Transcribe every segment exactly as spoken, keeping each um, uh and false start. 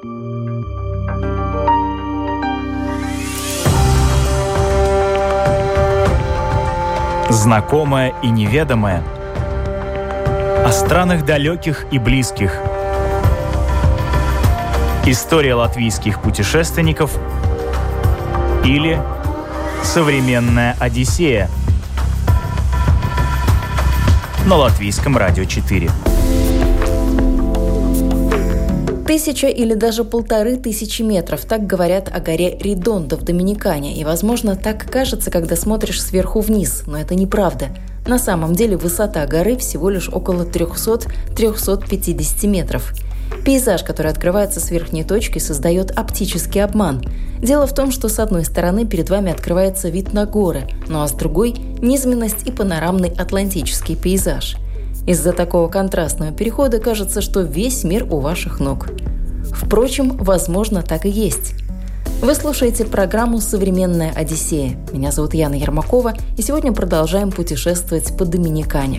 Знакомое и неведомое. О странах далеких и близких. История латвийских путешественников или современная Одиссея. На Латвийском радио четыре. Тысяча или даже полторы тысячи метров – так говорят о горе Редондо в Доминикане. И, возможно, так кажется, когда смотришь сверху вниз. Но это неправда. На самом деле высота горы всего лишь около триста - триста пятьдесят метров. Пейзаж, который открывается с верхней точки, создает оптический обман. Дело в том, что с одной стороны перед вами открывается вид на горы, ну а с другой – низменность и панорамный атлантический пейзаж. Из-за такого контрастного перехода кажется, что весь мир у ваших ног. Впрочем, возможно, так и есть. Вы слушаете программу «Современная Одиссея». Меня зовут Яна Ермакова, и сегодня продолжаем путешествовать по Доминикане.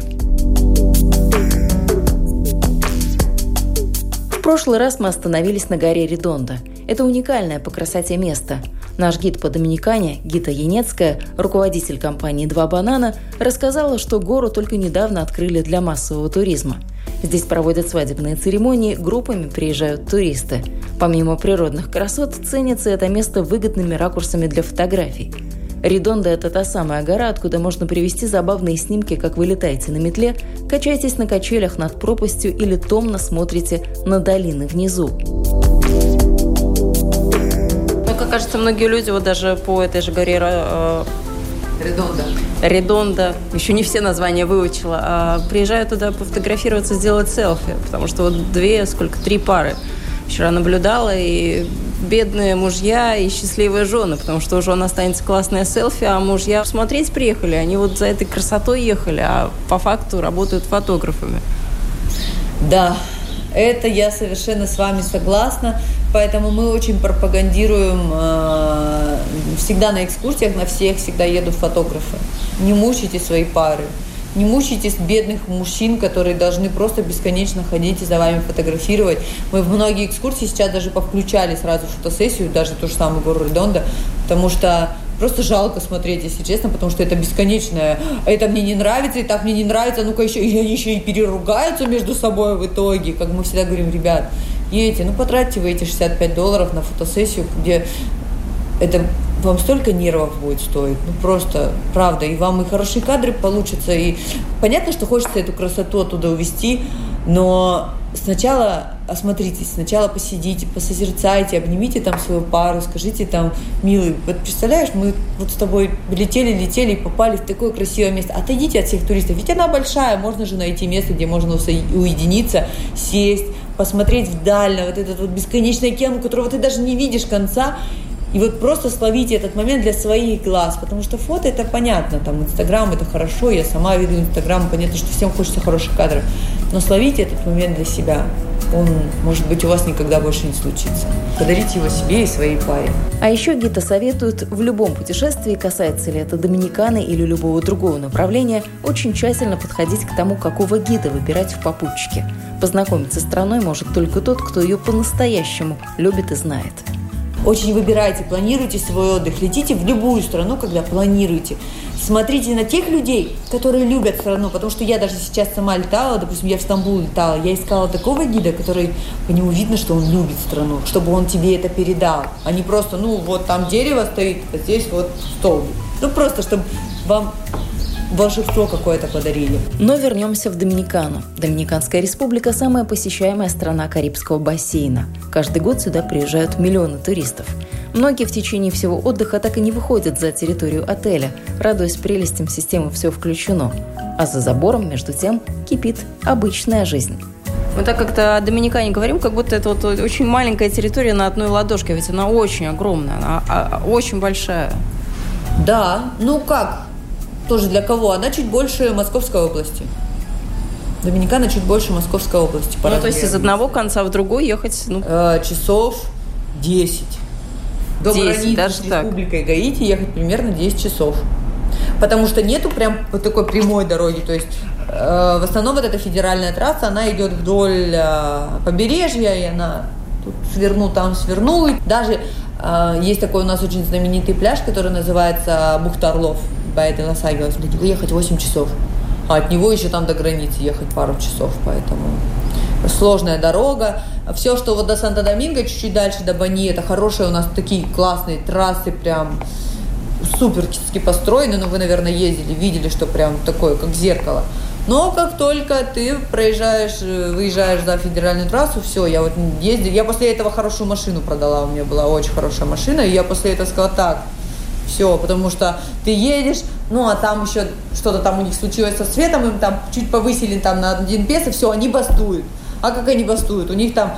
В прошлый раз мы остановились на горе Редондо. Это уникальное по красоте место. Наш гид по Доминикане, Гита Янецкая, руководитель компании «Два банана», рассказала, что гору только недавно открыли для массового туризма. Здесь проводят свадебные церемонии, группами приезжают туристы. Помимо природных красот, ценится это место выгодными ракурсами для фотографий. Редондо – это та самая гора, откуда можно привезти забавные снимки, как вы летаете на метле, качаетесь на качелях над пропастью или томно смотрите на долины внизу. Как кажется, многие люди вот даже по этой же горе э, Редондо. Редондо, еще не все названия выучила, а приезжают туда пофотографироваться, сделать селфи, потому что вот две, сколько, три пары вчера наблюдала, и бедные мужья и счастливые жены, потому что у жен останется классное селфи, а мужья смотреть приехали, они вот за этой красотой ехали, а по факту работают фотографами. Да, это я совершенно с вами согласна. Поэтому мы очень пропагандируем э, всегда на экскурсиях, на всех всегда едут фотографы. Не мучайте свои пары, не мучайте бедных мужчин, которые должны просто бесконечно ходить и за вами фотографировать. Мы в многие экскурсии сейчас даже повключали сразу фотосессию, даже ту же самую гору Редондо, потому что просто жалко смотреть, если честно, потому что это бесконечное. Это мне не нравится, и так мне не нравится, ну-ка еще, и они еще и переругаются между собой в итоге. Как мы всегда говорим, ребят, едете, ну потратьте вы эти шестьдесят пять долларов на фотосессию, где это вам столько нервов будет стоить, ну просто, правда, и вам и хорошие кадры получатся, и понятно, что хочется эту красоту оттуда увезти, но сначала осмотритесь, сначала посидите, посозерцайте, обнимите там свою пару, скажите там, милый, вот представляешь, мы вот с тобой летели-летели и попали в такое красивое место, отойдите от всех туристов, ведь она большая, можно же найти место, где можно уединиться, сесть, посмотреть вдаль на вот этот вот бесконечный океан, у которого ты даже не видишь конца, и вот просто словите этот момент для своих глаз, потому что фото это понятно, там Инстаграм это хорошо, я сама веду Инстаграм, понятно, что всем хочется хороших кадров, но словите этот момент для себя, он, может быть, у вас никогда больше не случится. Подарите его себе и своей паре. А еще Гита советует в любом путешествии, касается ли это Доминиканы или любого другого направления, очень тщательно подходить к тому, какого гида выбирать в попутчике. Познакомиться с страной может только тот, кто ее по-настоящему любит и знает. Очень выбирайте, планируйте свой отдых, летите в любую страну, когда планируете. Смотрите на тех людей, которые любят страну, потому что я даже сейчас сама летала, допустим, я в Стамбул летала, я искала такого гида, который, по нему видно, что он любит страну, чтобы он тебе это передал, а не просто, ну, вот там дерево стоит, а здесь вот столбик. Ну, просто, чтобы вам волшебство какое-то подарили. Но вернемся в Доминикану. Доминиканская республика – самая посещаемая страна Карибского бассейна. Каждый год сюда приезжают миллионы туристов. Многие в течение всего отдыха так и не выходят за территорию отеля, радуясь прелестям системы «Все включено». А за забором, между тем, кипит обычная жизнь. Мы так как-то о Доминикане говорим, как будто это вот очень маленькая территория на одной ладошке, ведь она очень огромная, она очень большая. Да, ну как? Тоже для кого? Она чуть больше Московской области. Доминикана чуть больше Московской области. Ну, то есть из одного конца в другой ехать... Ну... Э, часов десять. До границы даже с Республикой так. Гаити ехать примерно десять часов. Потому что нету прям вот такой прямой дороги. То есть э, в основном вот эта федеральная трасса, она идет вдоль э, побережья, и она тут сверну, там сверну. Даже э, есть такой у нас очень знаменитый пляж, который называется Бухта Орлов, Баэ де Лос-Анджелес. До него ехать восемь часов, а от него еще там до границы ехать пару часов, поэтому сложная дорога. Все, что вот до Санто-Доминго, чуть-чуть дальше, до Бани, это хорошие у нас такие классные трассы, прям суперски построены. Ну, вы, наверное, ездили, видели, что прям такое, как зеркало. Но как только ты проезжаешь, выезжаешь за федеральную трассу, все, я вот ездила, я после этого хорошую машину продала, у меня была очень хорошая машина, и я после этого сказала, так, все, потому что ты едешь, ну, а там еще что-то там у них случилось со светом, им там чуть повысили там на один песо, все, они бастуют. А как они бастуют? У них там,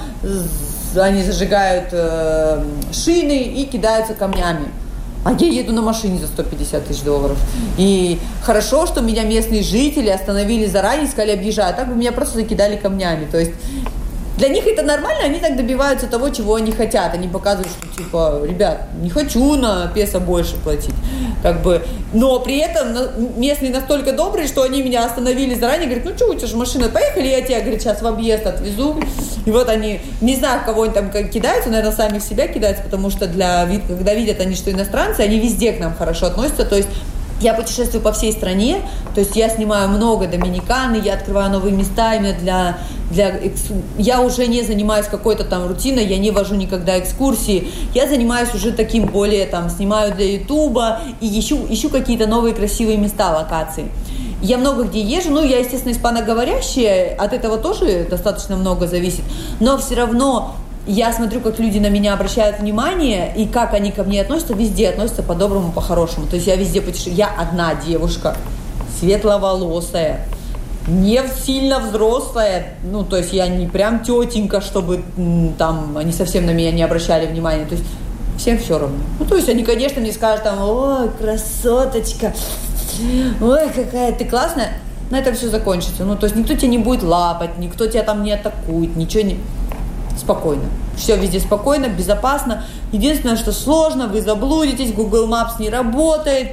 они зажигают э, шины и кидаются камнями. А я еду на машине за сто пятьдесят тысяч долларов. И хорошо, что меня местные жители остановили заранее, сказали, объезжай, а так бы меня просто закидали камнями. То есть для них это нормально, они так добиваются того, чего они хотят. Они показывают, что типа, ребят, не хочу на песо больше платить. Как бы, но при этом местные настолько добрые, что они меня остановили заранее, говорят, ну что, у тебя же машина, поехали, я тебя, говорит, сейчас в объезд отвезу. И вот они, не знаю, кого они там кидаются, наверное, сами в себя кидаются, потому что для, когда видят они, что иностранцы, они везде к нам хорошо относятся, то есть я путешествую по всей стране, то есть я снимаю много Доминиканы, я открываю новые места именно для, для... Я уже не занимаюсь какой-то там рутиной, я не вожу никогда экскурсии, я занимаюсь уже таким более, там, снимаю для Ютуба и ищу, ищу какие-то новые красивые места, локации. Я много где езжу, ну, я, естественно, испаноговорящая, от этого тоже достаточно много зависит, но все равно... Я смотрю, как люди на меня обращают внимание, и как они ко мне относятся, везде относятся по-доброму, по-хорошему. То есть я везде путешествую. Я одна девушка, светловолосая, не сильно взрослая. Ну, то есть я не прям тетенька, чтобы там они совсем на меня не обращали внимания. То есть всем все равно. Ну, то есть они, конечно, мне скажут там, ой, красоточка, ой, какая ты классная. На этом все закончится. Ну, то есть никто тебя не будет лапать, никто тебя там не атакует, ничего не... Спокойно. Все везде спокойно, безопасно. Единственное, что сложно, вы заблудитесь, Google Maps не работает.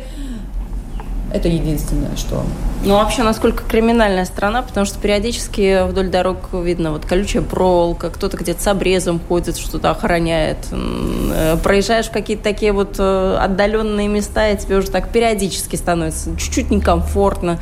Это единственное, что... Ну, вообще, насколько криминальная страна, потому что периодически вдоль дорог видно вот колючая проволока, кто-то где-то с обрезом ходит, что-то охраняет. Проезжаешь в какие-то такие вот отдаленные места, и тебе уже так периодически становится чуть-чуть некомфортно.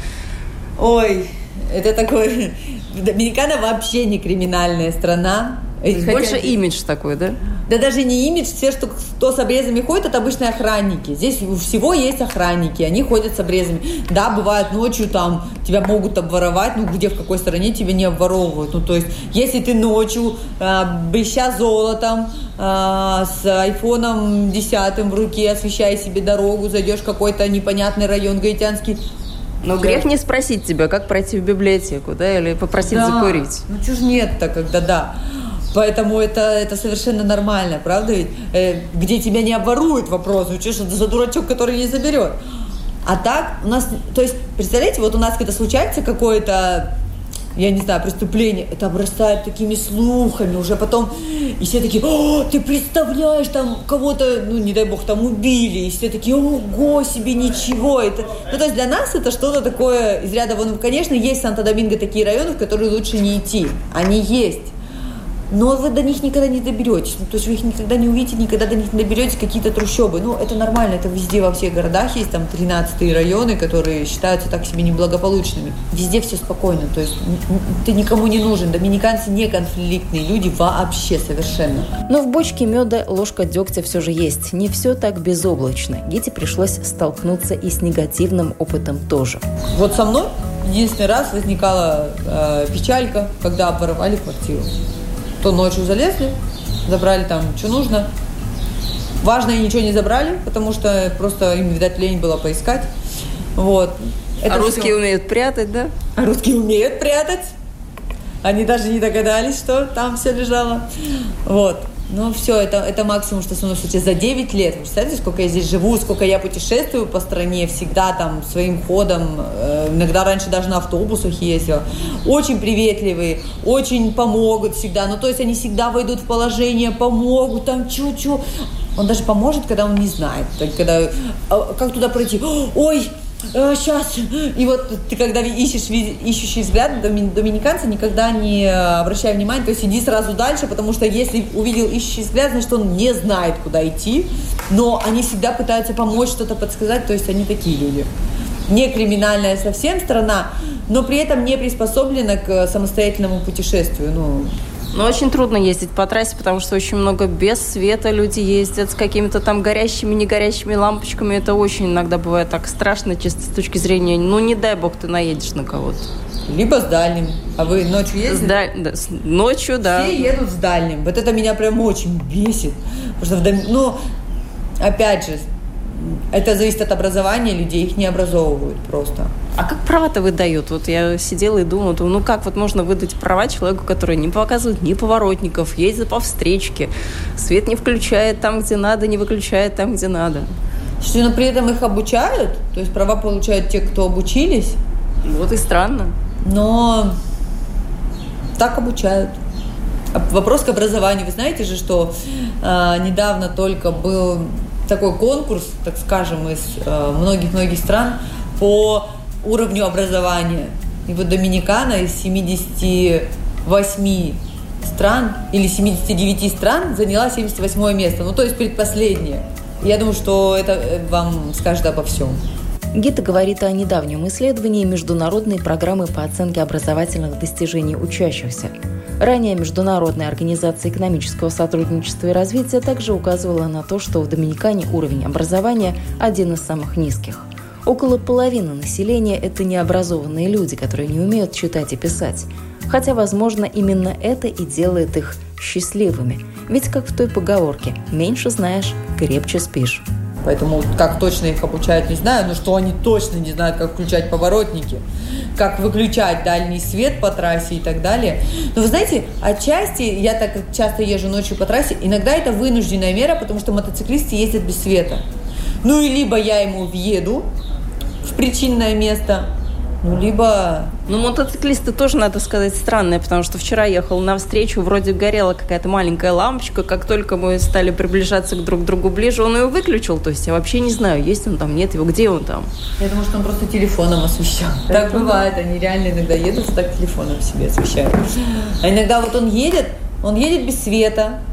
Ой, это такой... Доминикана вообще не криминальная страна. Хотя... Больше имидж такой, да? Да даже не имидж, все, что, кто с обрезами ходит, это обычные охранники. Здесь у всего есть охранники, они ходят с обрезами. Да, бывает ночью там тебя могут обворовать, ну где, в какой стране тебя не обворовывают. Ну то есть, если ты ночью, э, блеща золотом, э, с айфоном десятым в руке, освещая себе дорогу, зайдешь в какой-то непонятный район гаитянский. Но все. Грех не спросить тебя, как пройти в библиотеку, да, или попросить да. закурить. Ну чё ж нет-то, когда да. Поэтому это, это совершенно нормально, правда ведь? Э, где тебя не обворуют, вопрос, ну что ж это за дурачок, который не заберет. А так у нас, то есть, представляете, вот у нас когда случается какое-то, я не знаю, преступление, это обрастает такими слухами, уже потом, и все такие, о, ты представляешь, там кого-то, ну не дай бог, там убили, и все такие, ого, себе ничего. Это, ну то есть для нас это что-то такое из ряда вон, конечно, есть в Санто-Доминго такие районы, в которые лучше не идти, они есть. Но вы до них никогда не доберетесь. Ну, то есть вы их никогда не увидите, никогда до них не доберетесь, какие-то трущобы. Ну, это нормально, это везде во всех городах есть, там тринадцатые районы, которые считаются так себе неблагополучными. Везде все спокойно, то есть ты никому не нужен. Доминиканцы не конфликтные люди вообще совершенно. Но в бочке меда ложка дегтя все же есть. Не все так безоблачно. Гите пришлось столкнуться и с негативным опытом тоже. Вот со мной единственный раз возникала э, печалька, когда обворовали квартиру. То ночью залезли, забрали там, что нужно. Важное ничего не забрали, потому что просто им, видать, лень было поискать. Вот. Это а русские все. Умеют прятать, да? А русские умеют прятать. Они даже не догадались, что там все лежало. Вот. Ну, все, это, это максимум, что со мной случилось за девять лет. Вы представляете, сколько я здесь живу, сколько я путешествую по стране, всегда там своим ходом, э, иногда раньше даже на автобусах ездила. Очень приветливые, очень помогут всегда. Ну, то есть они всегда войдут в положение, помогут, там, чё-чё. Он даже поможет, когда он не знает. Когда, как туда пройти? Ой, э, сейчас. И вот ты, когда ищешь ищущий взгляд, доминиканцы никогда не обращай внимания, то есть иди сразу дальше, потому что если увидел ищущий взгляд, значит, он не знает, куда идти, но они всегда пытаются помочь, что-то подсказать, то есть они такие люди. Не криминальная совсем страна, но при этом не приспособлена к самостоятельному путешествию. Ну, Но очень трудно ездить по трассе, потому что очень много без света люди ездят с какими-то там горящими, не горящими лампочками. Это очень иногда бывает так страшно, чисто с точки зрения, ну не дай бог ты наедешь на кого-то. Либо с дальним. А вы ночью ездите? С да... Да, с... Ночью, да. Все едут с дальним. Вот это меня прям очень бесит. Потому что в дом... Ну, опять же, это зависит от образования людей, их не образовывают просто. А как права-то выдают? Вот я сидела и думала, ну как вот можно выдать права человеку, который не показывает ни поворотников, ездит по встречке, свет не включает там, где надо, не выключает там, где надо. Что, но при этом их обучают, то есть права получают те, кто обучились. Вот и странно. Но так обучают. Вопрос к образованию. Вы знаете же, что э, недавно только был такой конкурс, так скажем, из э, многих-многих стран по уровню образования. И вот Доминикана из семидесяти восьми стран или семидесяти девяти стран заняла семьдесят восьмое место. Ну, то есть предпоследнее. Я думаю, что это вам скажет обо всем. Гита говорит о недавнем исследовании международной программы по оценке образовательных достижений учащихся. Ранее Международная организация экономического сотрудничества и развития также указывала на то, что в Доминикане уровень образования один из самых низких. Около половины населения – это необразованные люди, которые не умеют читать и писать. Хотя, возможно, именно это и делает их счастливыми. Ведь, как в той поговорке, меньше знаешь, крепче спишь. Поэтому как точно их обучают, не знаю, но что они точно не знают, как включать поворотники, как выключать дальний свет по трассе и так далее. Но вы знаете, отчасти, я так как часто езжу ночью по трассе, иногда это вынужденная мера, потому что мотоциклисты ездят без света. Ну и либо я ему въеду в причинное место, ну либо... Ну, мотоциклисты тоже, надо сказать, странные, потому что вчера ехал навстречу, вроде горела какая-то маленькая лампочка, как только мы стали приближаться к друг другу ближе, он ее выключил, то есть я вообще не знаю, есть он там, нет его, где он там. Я думаю, что он просто телефоном освещал. Так бывает, они реально иногда едут, так телефоном себе освещают. А иногда вот он едет, он едет без света,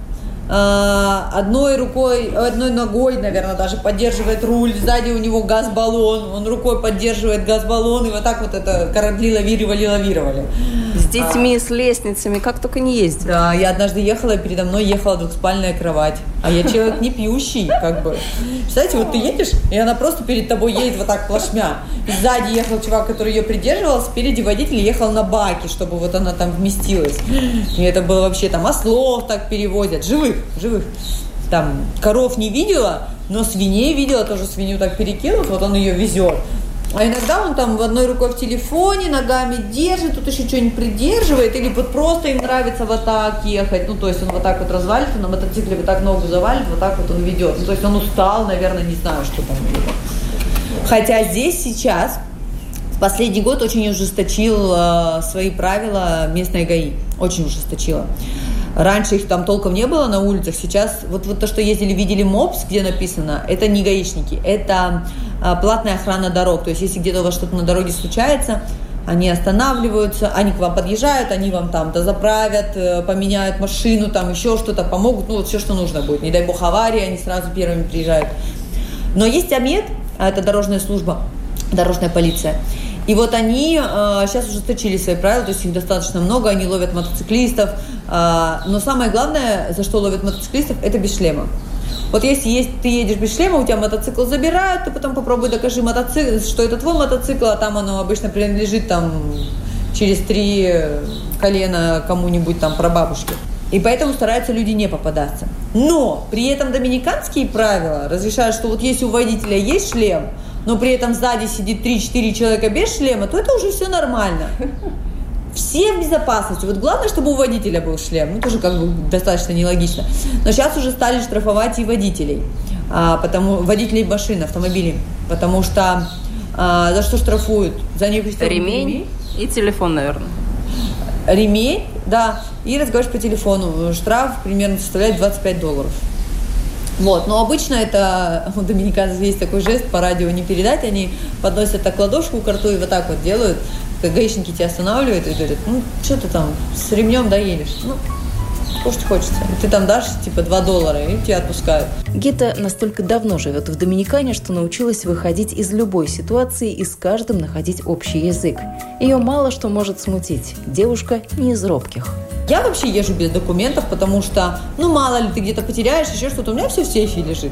одной рукой, одной ногой, наверное, даже поддерживает руль, сзади у него газ-баллон, он рукой поддерживает газ-баллон, и вот так вот это корабли лавировали, лавировали. С детьми, а, с лестницами, как только не ездит. Да, я однажды ехала, и передо мной ехала двухспальная кровать, а я человек не пьющий, как бы. Представляете, вот ты едешь, и она просто перед тобой едет вот так плашмя. И сзади ехал чувак, который ее придерживал, спереди водитель ехал на баке, чтобы вот она там вместилась. И это было вообще там ослов так перевозят, живых. живых. Там коров не видела, но свиней видела, тоже свинью так перекинут, вот он ее везет. А иногда он там одной рукой в телефоне, ногами держит, тут еще что-нибудь придерживает, или вот просто им нравится вот так ехать, ну то есть он вот так вот развалится, на мотоцикле вот так ногу завалит, вот так вот он ведет. Ну то есть он устал, наверное, не знаю, что там. Хотя здесь сейчас, в последний год очень ужесточил э, свои правила местная ГАИ, очень ужесточила. Раньше их там толком не было на улицах, сейчас вот, вот то, что ездили, видели МОПС, где написано, это не гаишники, это а, платная охрана дорог. То есть если где-то у вас что-то на дороге случается, они останавливаются, они к вам подъезжают, они вам там дозаправят, поменяют машину, там еще что-то, помогут, ну вот все, что нужно будет. Не дай бог аварии, они сразу первыми приезжают. Но есть АМЕД, а это дорожная служба, дорожная полиция. И вот они э, сейчас ужесточили свои правила, то есть их достаточно много, они ловят мотоциклистов. Э, но самое главное, за что ловят мотоциклистов, это без шлема. Вот если есть, ты едешь без шлема, у тебя мотоцикл забирают, ты потом попробуй докажи мотоцикл, что это твой мотоцикл, а там оно обычно принадлежит там через три колена кому-нибудь там прабабушке. И поэтому стараются люди не попадаться. Но при этом доминиканские правила разрешают, что вот если у водителя есть шлем, но при этом сзади сидит три-четыре человека без шлема, то это уже все нормально. Все в безопасности. Вот главное, чтобы у водителя был шлем. Ну, тоже как бы достаточно нелогично. Но сейчас уже стали штрафовать и водителей. А, потому, водителей машин, автомобилей. Потому что а, за что штрафуют? За непристегнутый ремень, ремень и телефон, наверное. Ремень, да. И разговариваешь по телефону. Штраф примерно составляет двадцать пять долларов. Вот, но обычно это, у доминиканцев есть такой жест, по радио не передать, они подносят так ладошку к рту и вот так вот делают, как гаишники тебя останавливают и говорят, ну, что ты там с ремнем доедешь, ну, кушать хочется. И ты там дашь, типа, два доллара, и тебя отпускают. Гита настолько давно живет в Доминикане, что научилась выходить из любой ситуации и с каждым находить общий язык. Ее мало что может смутить. Девушка не из робких. Я вообще езжу без документов, потому что, ну, мало ли, ты где-то потеряешь, еще что-то. У меня все в сейфе лежит.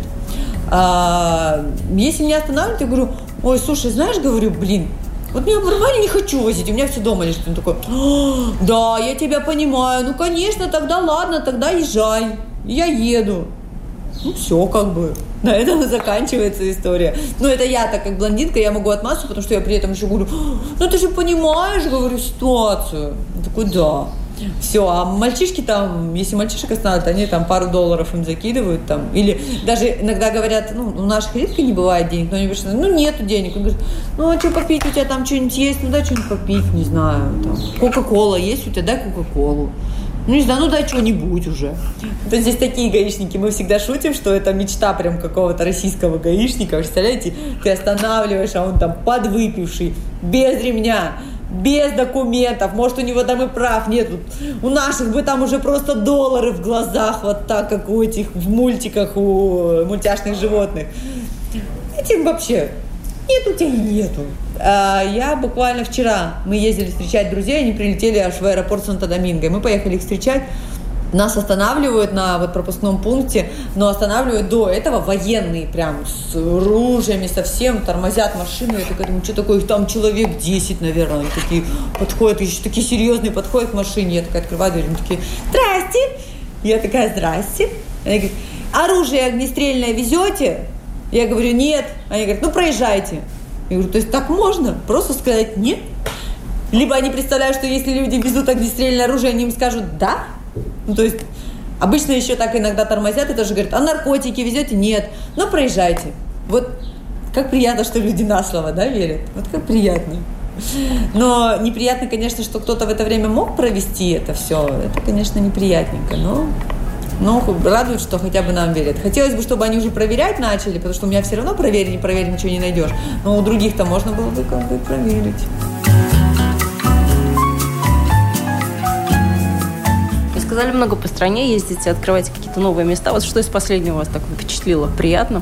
А, если меня останавливают, я говорю, ой, слушай, знаешь, говорю, блин, вот меня оборвали, не хочу возить, у меня все дома лежит. Он такой, да, я тебя понимаю, ну, конечно, тогда ладно, тогда езжай, я еду. Ну, все, как бы, на этом и заканчивается история. Ну, это я, так как блондинка, я могу отмазаться, потому что я при этом еще говорю, ну, ты же понимаешь, говорю, ситуацию. Он такой, да. Все, а мальчишки там, если мальчишек останавливают, они там пару долларов им закидывают там, или даже иногда говорят, ну, у наших редко не бывает денег, но они говорят, ну, нету денег. Он говорит, ну, а что попить, у тебя там что-нибудь есть, ну, дай что-нибудь попить, не знаю, там, кока-кола есть у тебя, дай кока-колу. Ну, не знаю, ну, дай что-нибудь уже. То здесь такие гаишники, мы всегда шутим, что это мечта прям какого-то российского гаишника, представляете, ты останавливаешь, а он там подвыпивший, без ремня, без документов, может, у него там и прав нет. У наших бы там уже просто доллары в глазах, вот так, как у этих в мультиках, у мультяшных животных. Этим вообще нет, у тебя и нету. А я буквально вчера, мы ездили встречать друзей, они прилетели аж в аэропорт Санто-Доминго, и мы поехали их встречать. Нас останавливают на вот пропускном пункте, но останавливают до этого военные прям с ружьями совсем, тормозят машину. Я такая думаю, что такое, их там человек десять, наверное. Они такие подходят, еще такие серьезные подходят к машине. Я такая открываю дверь, они такие, здрасте. Я такая, здрасте. Они говорят, оружие огнестрельное везете? Я говорю, нет. Они говорят, ну проезжайте. Я говорю, то есть так можно? Просто сказать нет? Либо они представляют, что если люди везут огнестрельное оружие, они им скажут да? Ну, то есть, обычно еще так иногда тормозят и тоже говорят, а наркотики везете? Нет. Ну, проезжайте. Вот как приятно, что люди на слово, да, верят. Вот как приятно. Но неприятно, конечно, что кто-то в это время мог провести это все. Это, конечно, неприятненько, но... Но радует, что хотя бы нам верят. Хотелось бы, чтобы они уже проверять начали, потому что у меня все равно проверить, не проверить, ничего не найдешь. Но у других-то можно было бы как бы проверить. Сказали, много по стране ездите, открываете какие-то новые места. Вот что из последнего вас так впечатлило? Приятно?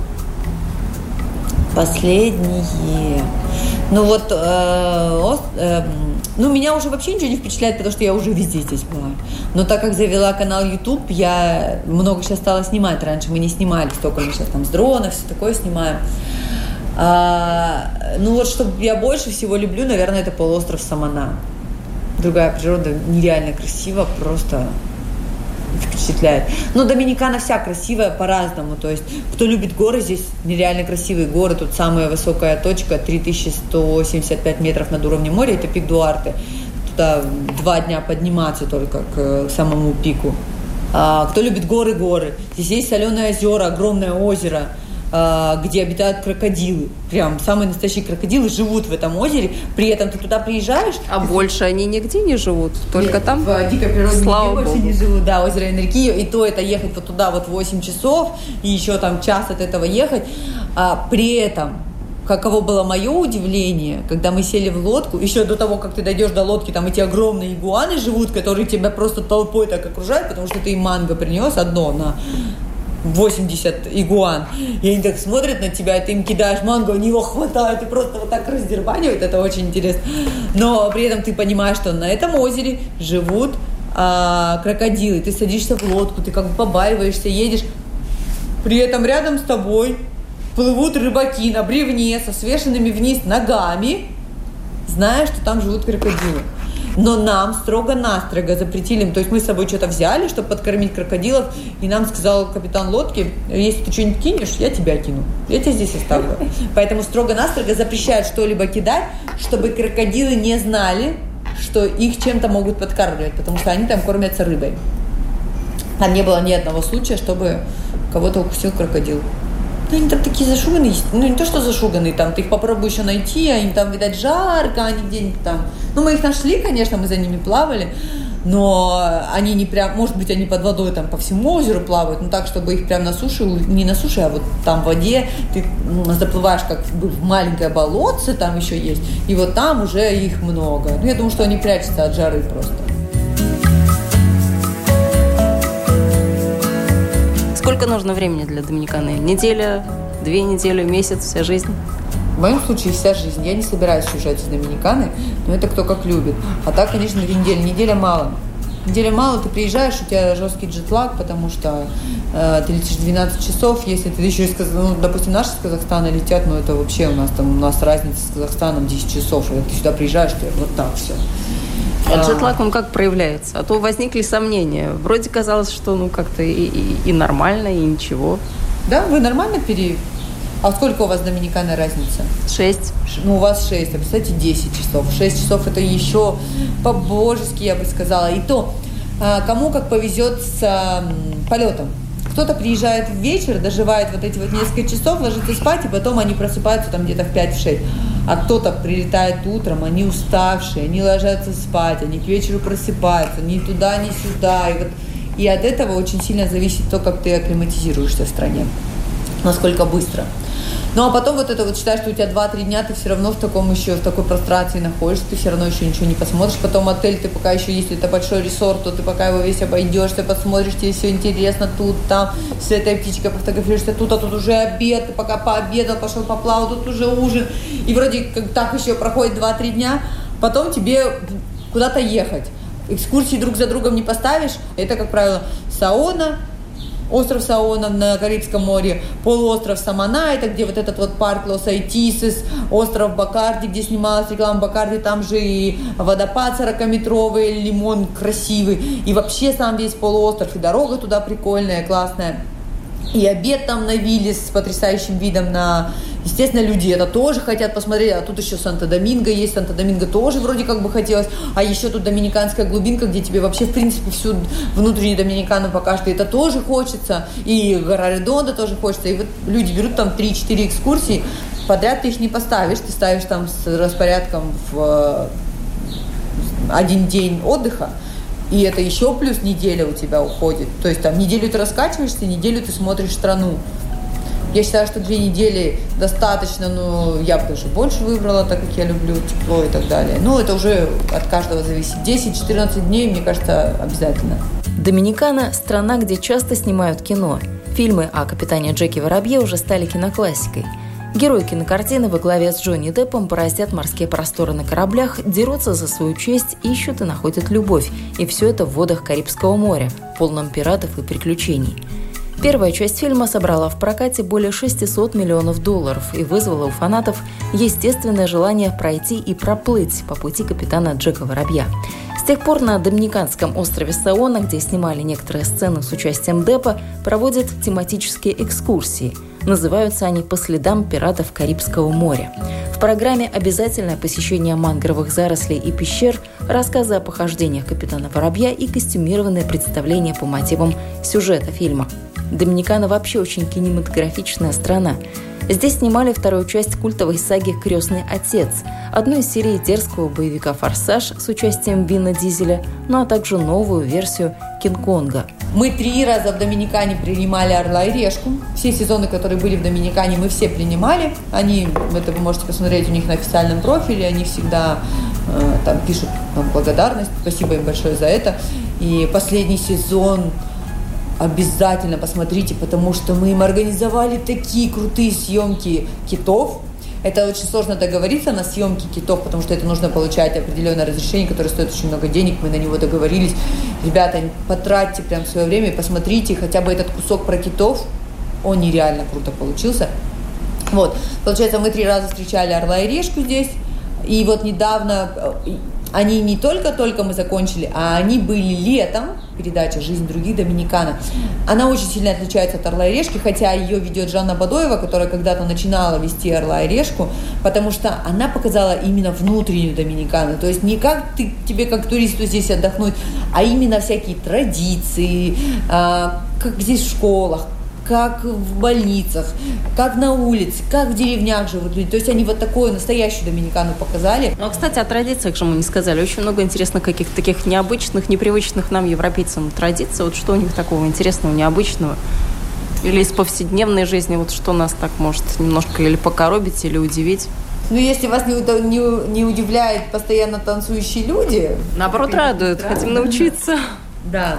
Последние... Ну вот... Э, э, ну, меня уже вообще ничего не впечатляет, потому что я уже везде здесь была. Но так как завела канал YouTube, я много сейчас стала снимать. Раньше мы не снимали столько, мы сейчас там с дрона, все такое снимаем. А, ну вот, что я больше всего люблю, наверное, это полуостров Самана. Другая природа нереально красива, просто... впечатляет. Но Доминикана вся красивая по-разному. То есть, кто любит горы, здесь нереально красивые горы. Тут самая высокая точка, три тысячи сто семьдесят пять метров над уровнем моря, это пик Дуарте. Туда два дня подниматься только к самому пику. А, кто любит горы, горы. Здесь есть соленые озера, огромное озеро, где обитают крокодилы. Прям самые настоящие крокодилы живут в этом озере. При этом ты туда приезжаешь... А больше они нигде не живут? Только Нет, там? В дикой природе Слава больше Богу. не живут. Да, озеро Энрикио. И то это ехать вот туда вот восемь часов, и еще там час от этого ехать. А при этом, каково было мое удивление, когда мы сели в лодку, еще до того, как ты дойдешь до лодки, там эти огромные игуаны живут, которые тебя просто толпой так окружают, потому что ты им манго принес одно на... восемьдесят игуан. И они так смотрят на тебя, и ты им кидаешь манго, у него хватает и просто вот так раздербанивают. Это очень интересно. Но при этом ты понимаешь, что на этом озере живут а, крокодилы. Ты садишься в лодку, ты как бы побаиваешься, едешь. При этом рядом с тобой плывут рыбаки на бревне со свешенными вниз ногами, зная, что там живут крокодилы. Но нам строго-настрого запретили, то есть мы с собой что-то взяли, чтобы подкормить крокодилов, и нам сказал капитан лодки, если ты что-нибудь кинешь, я тебя кину, я тебя здесь оставлю. Поэтому строго-настрого запрещают что-либо кидать, чтобы крокодилы не знали, что их чем-то могут подкармливать, потому что они там кормятся рыбой. Там не было ни одного случая, чтобы кого-то укусил крокодил. Ну, они там такие зашуганные, ну, не то, что зашуганные, там, ты их попробуй еще найти, а им там, видать, жарко, они где-нибудь там. Ну, мы их нашли, конечно, мы за ними плавали, но они не прям, может быть, они под водой там по всему озеру плавают, но так, чтобы их прям на суше, не на суше, а вот там в воде ты заплываешь как в маленькое болотце, там еще есть, и вот там уже их много. Ну, я думаю, что они прячутся от жары просто. Сколько нужно времени для Доминиканы? Неделя, две недели, месяц, вся жизнь? В моем случае вся жизнь. Я не собираюсь уезжать из Доминиканы, но это кто как любит. А так, конечно, две недели. Неделя мало. Неделя мало, ты приезжаешь, у тебя жесткий джетлаг, потому что э, ты летишь двенадцать часов. Если ты еще из Казахстана, ну, допустим, наши из Казахстана летят, но это вообще у нас там, у нас разница с Казахстаном десять часов. И ты сюда приезжаешь, ты вот так все. А джетлаг, он как проявляется? А то возникли сомнения. Вроде казалось, что ну как-то и, и, и нормально, и ничего. Да, вы нормально пере... А сколько у вас в Доминикане разница? Шесть. Ну, у вас шесть, а, кстати, десять часов. Шесть часов это еще по-божески, я бы сказала. И то, кому как повезет с полетом. Кто-то приезжает в вечер, доживает вот эти вот несколько часов, ложится спать, и потом они просыпаются там где-то в пять-шесть. А кто-то прилетает утром, они уставшие, они ложатся спать, они к вечеру просыпаются, ни туда, ни сюда. И, вот, и от этого очень сильно зависит то, как ты акклиматизируешься в стране, насколько быстро. Ну, а потом вот это вот считай, что у тебя два-три дня, ты все равно в таком еще, в такой прострации находишься, ты все равно еще ничего не посмотришь. Потом отель, ты пока еще, если это большой ресорт, то ты пока его весь обойдешь, ты посмотришь, тебе все интересно, тут, там, с этой птичкой пофотографируешься, тут, а тут уже обед, ты пока пообедал, пошел поплавал, тут уже ужин. И вроде как так еще проходит два-три дня, потом тебе куда-то ехать. Экскурсии друг за другом не поставишь, это, как правило, Саона, остров Саона на Карибском море, полуостров Самана, это где вот этот вот парк Лос-Айтисес, остров Бакарди, где снималась реклама Бакарди, там же и водопад сорокаметровый, лимон красивый, и вообще сам весь полуостров, и дорога туда прикольная, классная. И обед там на вилле с потрясающим видом на... Естественно, люди это тоже хотят посмотреть, а тут еще Санто-Доминго есть, Санто-Доминго тоже вроде как бы хотелось, а еще тут доминиканская глубинка, где тебе вообще, в принципе, всю внутреннюю Доминикану покажут, и это тоже хочется, и гора Редонда тоже хочется, и вот люди берут там три-четыре экскурсии, подряд ты их не поставишь, ты ставишь там с распорядком в один день отдыха, и это еще плюс неделя у тебя уходит. То есть там неделю ты раскачиваешься, неделю ты смотришь страну. Я считаю, что две недели достаточно, но я бы даже больше выбрала, так как я люблю тепло и так далее. Ну, это уже от каждого зависит. десять-четырнадцать дней, мне кажется, обязательно. Доминикана – страна, где часто снимают кино. Фильмы о капитане Джеки Воробье уже стали киноклассикой. Герои кинокартины во главе с Джонни Деппом бороздят морские просторы на кораблях, дерутся за свою честь, ищут и находят любовь. И все это в водах Карибского моря, полном пиратов и приключений. Первая часть фильма собрала в прокате более шестьсот миллионов долларов и вызвала у фанатов естественное желание пройти и проплыть по пути капитана Джека Воробья. С тех пор на доминиканском острове Саона, где снимали некоторые сцены с участием Деппа, проводят тематические экскурсии. Называются они «По следам пиратов Карибского моря». В программе обязательное посещение мангровых зарослей и пещер, рассказы о похождениях капитана Воробья и костюмированные представления по мотивам сюжета фильма. Доминикана вообще очень кинематографичная страна. Здесь снимали вторую часть культовой саги «Крестный отец», одну из серий дерзкого боевика «Форсаж» с участием Вина Дизеля, ну а также новую версию «Кинг-Конга». Мы три раза в Доминикане принимали «Орла и решку». Все сезоны, которые были в Доминикане, мы все принимали. Они, это вы можете посмотреть у них на официальном профиле, они всегда э, там пишут нам благодарность. Спасибо им большое за это. И последний сезон обязательно посмотрите, потому что мы им организовали такие крутые съемки китов. Это очень сложно договориться на съемки китов, потому что это нужно получать определенное разрешение, которое стоит очень много денег. Мы на него договорились. Ребята, потратьте прям свое время и посмотрите хотя бы этот кусок про китов. Он нереально круто получился. Вот. Получается, мы три раза встречали «Орла и решку» здесь. И вот недавно они не только-только мы закончили, а они были летом. Передача «Жизнь других», Доминикана. Она очень сильно отличается от «Орла и решки», хотя ее ведет Жанна Бадоева, которая когда-то начинала вести «Орла и решку», потому что она показала именно внутреннюю Доминикану. То есть не как ты, тебе как туристу здесь отдохнуть, а именно всякие традиции, а, как здесь в школах, как в больницах, как на улице, как в деревнях живут люди. То есть они вот такую настоящую Доминикану показали. Ну, а, кстати, о традициях же мы не сказали. Очень много интересных каких-то таких необычных, непривычных нам, европейцам, традиций. Вот что у них такого интересного, необычного? Или из повседневной жизни, вот что нас так может немножко или покоробить, или удивить? Ну, если вас не, не, не удивляет постоянно танцующие люди... Наоборот, радует. Хотим научиться. Да.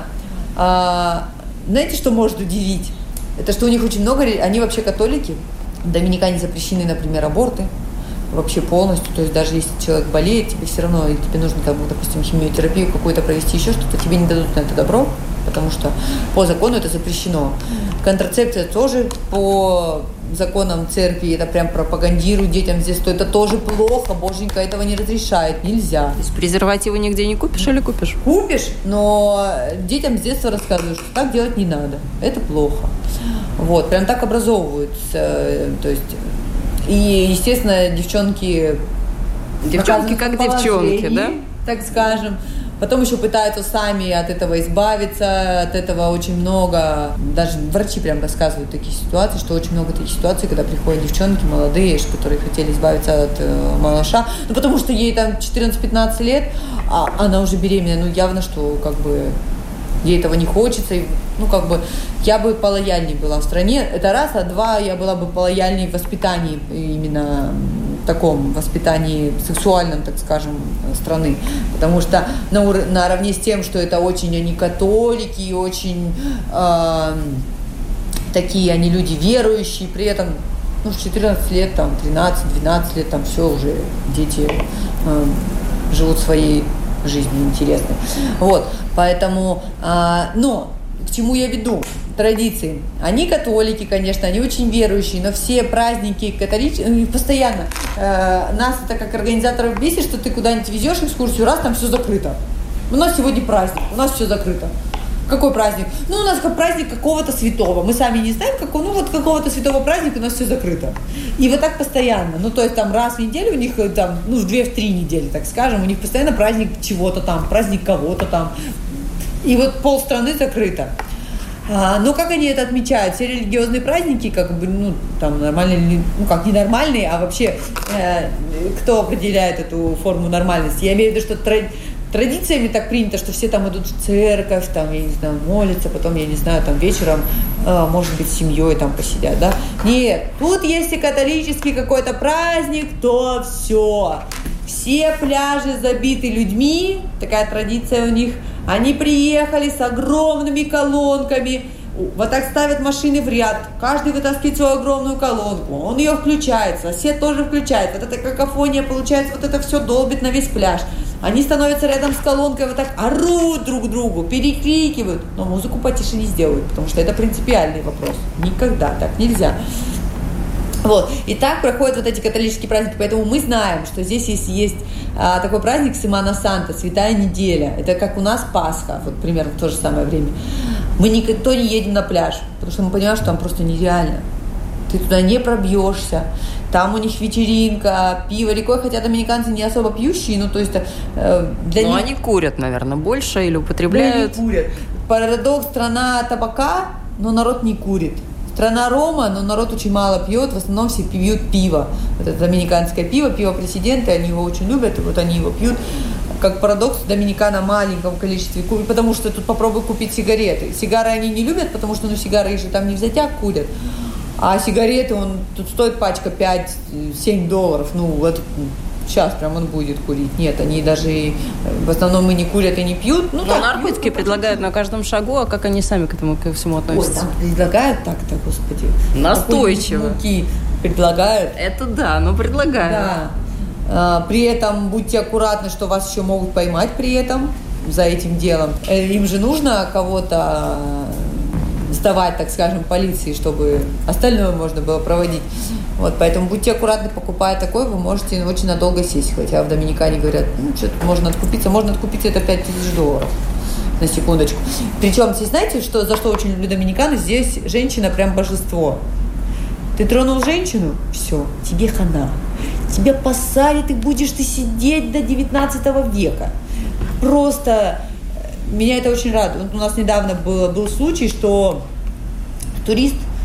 А, знаете, что может удивить? Это что у них очень много... Они вообще католики. В Доминикане запрещены, например, аборты. Вообще полностью. То есть даже если человек болеет, тебе все равно, и тебе нужно, там, допустим, химиотерапию какую-то провести, еще что-то, тебе не дадут на это добро, потому что по закону это запрещено. Контрацепция тоже по законам церкви, это прям пропагандируют детям здесь, что это тоже плохо, боженька этого не разрешает, нельзя. То есть презервативы нигде не купишь или купишь? Купишь, но детям с детства рассказывают, что так делать не надо, это плохо. Вот, прям так образовываются, то есть, и, естественно, девчонки... Девчонки как девчонки, да? Так скажем. Потом еще пытаются сами от этого избавиться, от этого очень много, даже врачи прям рассказывают такие ситуации, что очень много таких ситуаций, когда приходят девчонки молодые, которые хотели избавиться от э, малыша, ну потому что ей там четырнадцать-пятнадцать лет, а она уже беременная, ну явно, что как бы ей этого не хочется, и, ну как бы я бы полояльнее была в стране, это раз, а два, я была бы полояльнее в воспитании именно таком воспитании сексуальном, так скажем, страны. Потому что на ур- наравне с тем, что это очень они католики, и очень э, такие они люди верующие, при этом ну, в четырнадцать лет, там, тринадцать-двенадцать лет, там все уже дети э, живут своей жизнью интересной. Вот, поэтому, э, но к чему я веду? Традиции. Они католики, конечно, они очень верующие, но все праздники католические, постоянно э, нас это как организаторов бесит, что ты куда-нибудь везешь экскурсию, раз, там все закрыто. У нас сегодня праздник, у нас все закрыто. Какой праздник? Ну, у нас как праздник какого-то святого. Мы сами не знаем, какого, ну, вот какого-то святого праздника у нас все закрыто. И вот так постоянно. Ну, то есть там раз в неделю у них, там, ну, в две-три недели, так скажем, у них постоянно праздник чего-то там, праздник кого-то там. И вот полстраны закрыто. А, ну, как они это отмечают? Все религиозные праздники, как бы, ну, там, нормальные, ну, как ненормальные, а вообще, э, кто определяет эту форму нормальности? Я имею в виду, что тра- традициями так принято, что все там идут в церковь, там, я не знаю, молятся, потом, я не знаю, там, вечером, э, может быть, с семьей там посидят, да? Нет, тут если католический какой-то праздник, то все. Все пляжи забиты людьми, такая традиция у них. Они приехали с огромными колонками, вот так ставят машины в ряд, каждый вытаскивает свою огромную колонку, он ее включает, сосед тоже включает, вот эта какофония получается, вот это все долбит на весь пляж. Они становятся рядом с колонкой, вот так орут друг другу, перекрикивают, но музыку потише не сделают, потому что это принципиальный вопрос, никогда так нельзя. Вот. И так проходят вот эти католические праздники, поэтому мы знаем, что здесь есть, есть а, такой праздник Семана Санта, Святая неделя. Это как у нас Пасха, вот примерно в то же самое время. Мы никто не едем на пляж, потому что мы понимаем, что там просто нереально. Ты туда не пробьешься. Там у них вечеринка, пиво рекой, хотя доминиканцы не особо пьющие, ну то есть э, для Но них... они курят, наверное, больше или употребляют. Да, они курят. Парадокс, страна табака, но народ не курит. Страна рома, но народ очень мало пьет, в основном все пьют пиво. Это доминиканское пиво, пиво президента, они его очень любят, и вот они его пьют. Как парадокс, Доминикана в маленьком количестве курит, потому что тут попробуй купить сигареты. Сигары они не любят, потому что ну, сигары их же там не взятяк курят. А сигареты, он, тут стоит пачка пять-семь долларов, ну вот... Сейчас прям он будет курить. Нет, они даже в основном и не курят, и не пьют. Ну, Но так, наркотики пьют, предлагают на каждом шагу, а как они сами к этому ко всему относятся? Ой, там предлагают так-то, господи. Настойчиво. Муки предлагают. Это да, но предлагают. Да. А, при этом будьте аккуратны, что вас еще могут поймать при этом за этим делом. Им же нужно кого-то сдавать, так скажем, полиции, чтобы остальное можно было проводить. Вот, поэтому будьте аккуратны, покупая такое, вы можете очень надолго сесть. Хотя в Доминикане говорят, ну, что-то можно откупиться. Можно откупиться, это пять тысяч долларов. На секундочку. Причем, здесь знаете, что, за что очень люблю доминиканы? Здесь женщина прям божество. Ты тронул женщину, все, тебе хана. Тебя посадят, и будешь ты сидеть до девятнадцатого века. Просто меня это очень радует. Вот у нас недавно был, был случай, что турист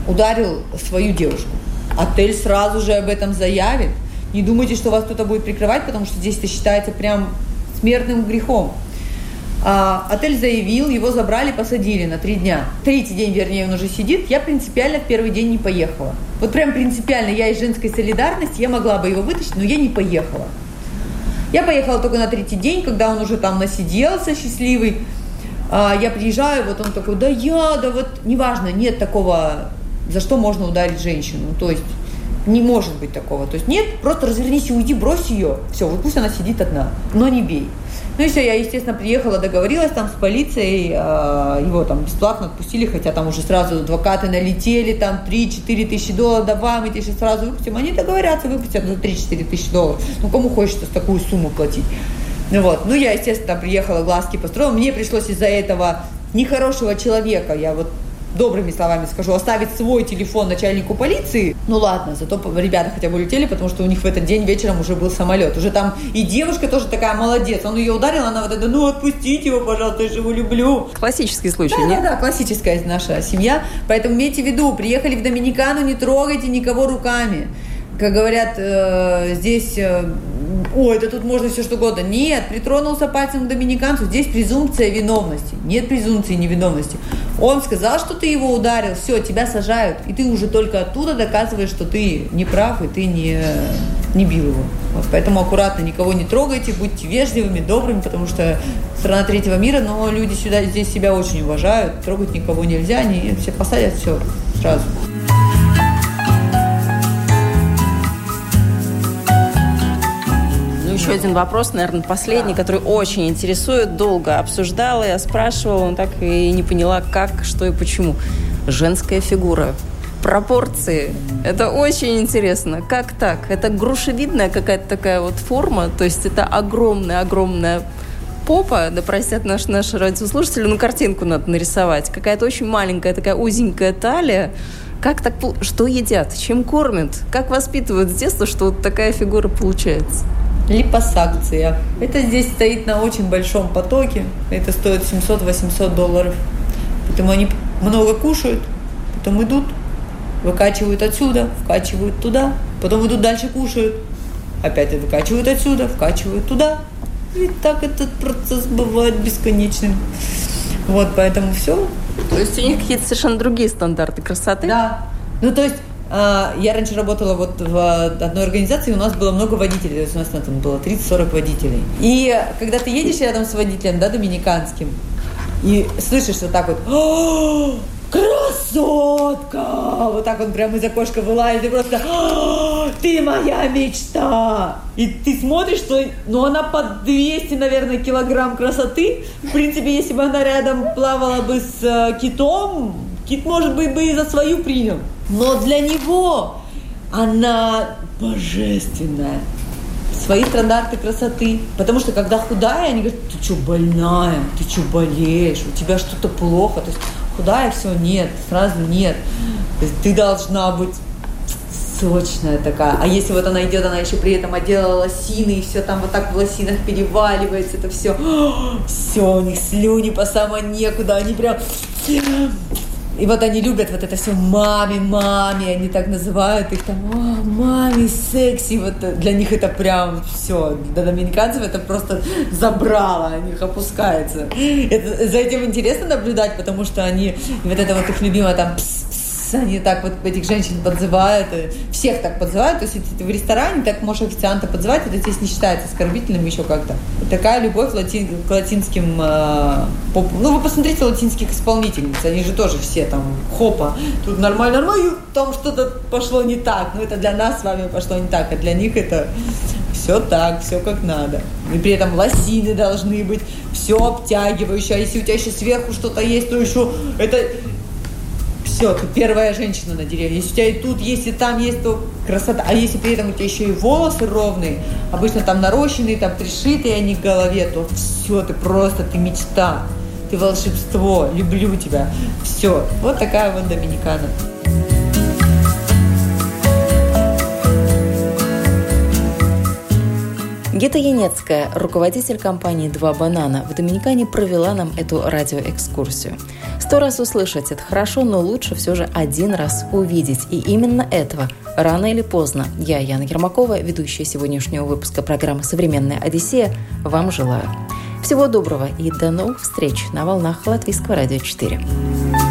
ударил свою девушку. Отель сразу же об этом заявит. Не думайте, что вас кто-то будет прикрывать, потому что здесь это считается прям смертным грехом. А, отель заявил, его забрали, посадили на три дня. Третий день, вернее, он уже сидит. Я принципиально в первый день не поехала. Вот прям принципиально, я из женской солидарности, я могла бы его вытащить, но я не поехала. Я поехала только на третий день, когда он уже там насиделся, счастливый. А, я приезжаю, вот он такой, да я, да вот, неважно, нет такого, за что можно ударить женщину. То есть не может быть такого. То есть нет, просто развернись и уйди, брось ее. Все, вот пусть она сидит одна, но не бей. Ну и все, я, естественно, приехала, договорилась там с полицией, э, его там бесплатно отпустили, хотя там уже сразу адвокаты налетели, там три-четыре тысячи долларов, давай, мы тебе сейчас сразу выпустим. Они договорятся, выпустят за три-четыре тысячи долларов. Ну, кому хочется такую сумму платить? Ну вот, ну я, естественно, приехала, глазки построила, мне пришлось из-за этого нехорошего человека, я вот добрыми словами скажу, оставить свой телефон начальнику полиции. Ну ладно, зато ребята хотя бы улетели, потому что у них в этот день вечером уже был самолет. Уже там и девушка тоже такая молодец. Он ее ударил, она вот это, ну отпустите его, пожалуйста, я же его люблю. Классический случай, да, нет? Да, да, классическая наша семья. Поэтому имейте в виду, приехали в Доминикану, не трогайте никого руками. Как говорят, э, здесь, э, ой, да тут можно все что угодно. Нет, притронулся пальцем к доминиканцу, здесь презумпция виновности. Нет презумпции невиновности. Он сказал, что ты его ударил, все, тебя сажают. И ты уже только оттуда доказываешь, что ты не прав и ты не, не бил его. Вот, поэтому аккуратно, никого не трогайте, будьте вежливыми, добрыми, потому что страна третьего мира, но люди сюда, здесь себя очень уважают, трогать никого нельзя, они все посадят, все, сразу. Еще один вопрос, наверное, последний, который очень интересует, долго обсуждала, я спрашивала, но так и не поняла, как, что и почему. Женская фигура, пропорции, это очень интересно. Как так? Это грушевидная какая-то такая вот форма, то есть это огромная-огромная попа, да простят наши, наши радиослушатели, ну картинку надо нарисовать, какая-то очень маленькая такая узенькая талия. Как так, что едят, чем кормят, как воспитывают с детства, что вот такая фигура получается? Липосакция. Это здесь стоит на очень большом потоке. Это стоит семьсот-восемьсот долларов. Поэтому они много кушают, потом идут, выкачивают отсюда, вкачивают туда, потом идут дальше кушают, опять выкачивают отсюда, вкачивают туда. И так этот процесс бывает бесконечным. Вот, поэтому все. То есть у них какие-то совершенно другие стандарты красоты? Да. Ну, то есть я раньше работала вот в одной организации, у нас было много водителей, то есть у нас там было тридцать-сорок водителей. И когда ты едешь рядом с водителем, да, доминиканским, и слышишь вот так вот: «О, красотка!» Вот так он прямо из окошка вылазит и просто: «О, ты моя мечта!» И ты смотришь, что ну, она под двести, наверное, килограмм красоты. В принципе, если бы она рядом плавала бы с китом, кит, может быть, бы и за свою принял. Но для него она божественная. Свои стандарты красоты. Потому что когда худая, они говорят: ты что, больная? Ты что, болеешь? У тебя что-то плохо? То есть худая, все, нет, сразу нет. То есть ты должна быть сочная такая. А если вот она идет, она еще при этом одела лосины, и все там вот так в лосинах переваливается, это все. Все, у них слюни по самое некуда. Они прям... И вот они любят вот это все маме, маме, они так называют их там: о, маме, секси. Вот для них это прям все. Для доминиканцев это просто забрало, у них опускается. Это, за этим интересно наблюдать, потому что они, вот это вот их любимое там пс-пс, они так вот этих женщин подзывают, всех так подзывают. То есть если ты в ресторане, так можешь официанта подзывать, это здесь не считается оскорбительным еще как-то. Такая любовь лати, к латинским э, поп... Ну, вы посмотрите латинских исполнительниц, они же тоже все там хопа, тут нормально, нормально, там что-то пошло не так. Но это для нас с вами пошло не так, а для них это все так, все как надо. И при этом лосины должны быть, все обтягивающее. А если у тебя еще сверху что-то есть, то еще это... Все, ты первая женщина на деревне. Если у тебя и тут есть, и там есть, то красота. А если при этом у тебя еще и волосы ровные, обычно там нарощенные, там пришитые они к голове, то все, ты просто, ты мечта, ты волшебство, люблю тебя. Все, вот такая вот Доминикана. Гита Янецкая, руководитель компании «Два банана», в Доминикане провела нам эту радиоэкскурсию. Сто раз услышать – это хорошо, но лучше все же один раз увидеть. И именно этого рано или поздно я, Яна Ермакова, ведущая сегодняшнего выпуска программы «Современная Одиссея», вам желаю. Всего доброго и до новых встреч на волнах Латвийского радио четыре.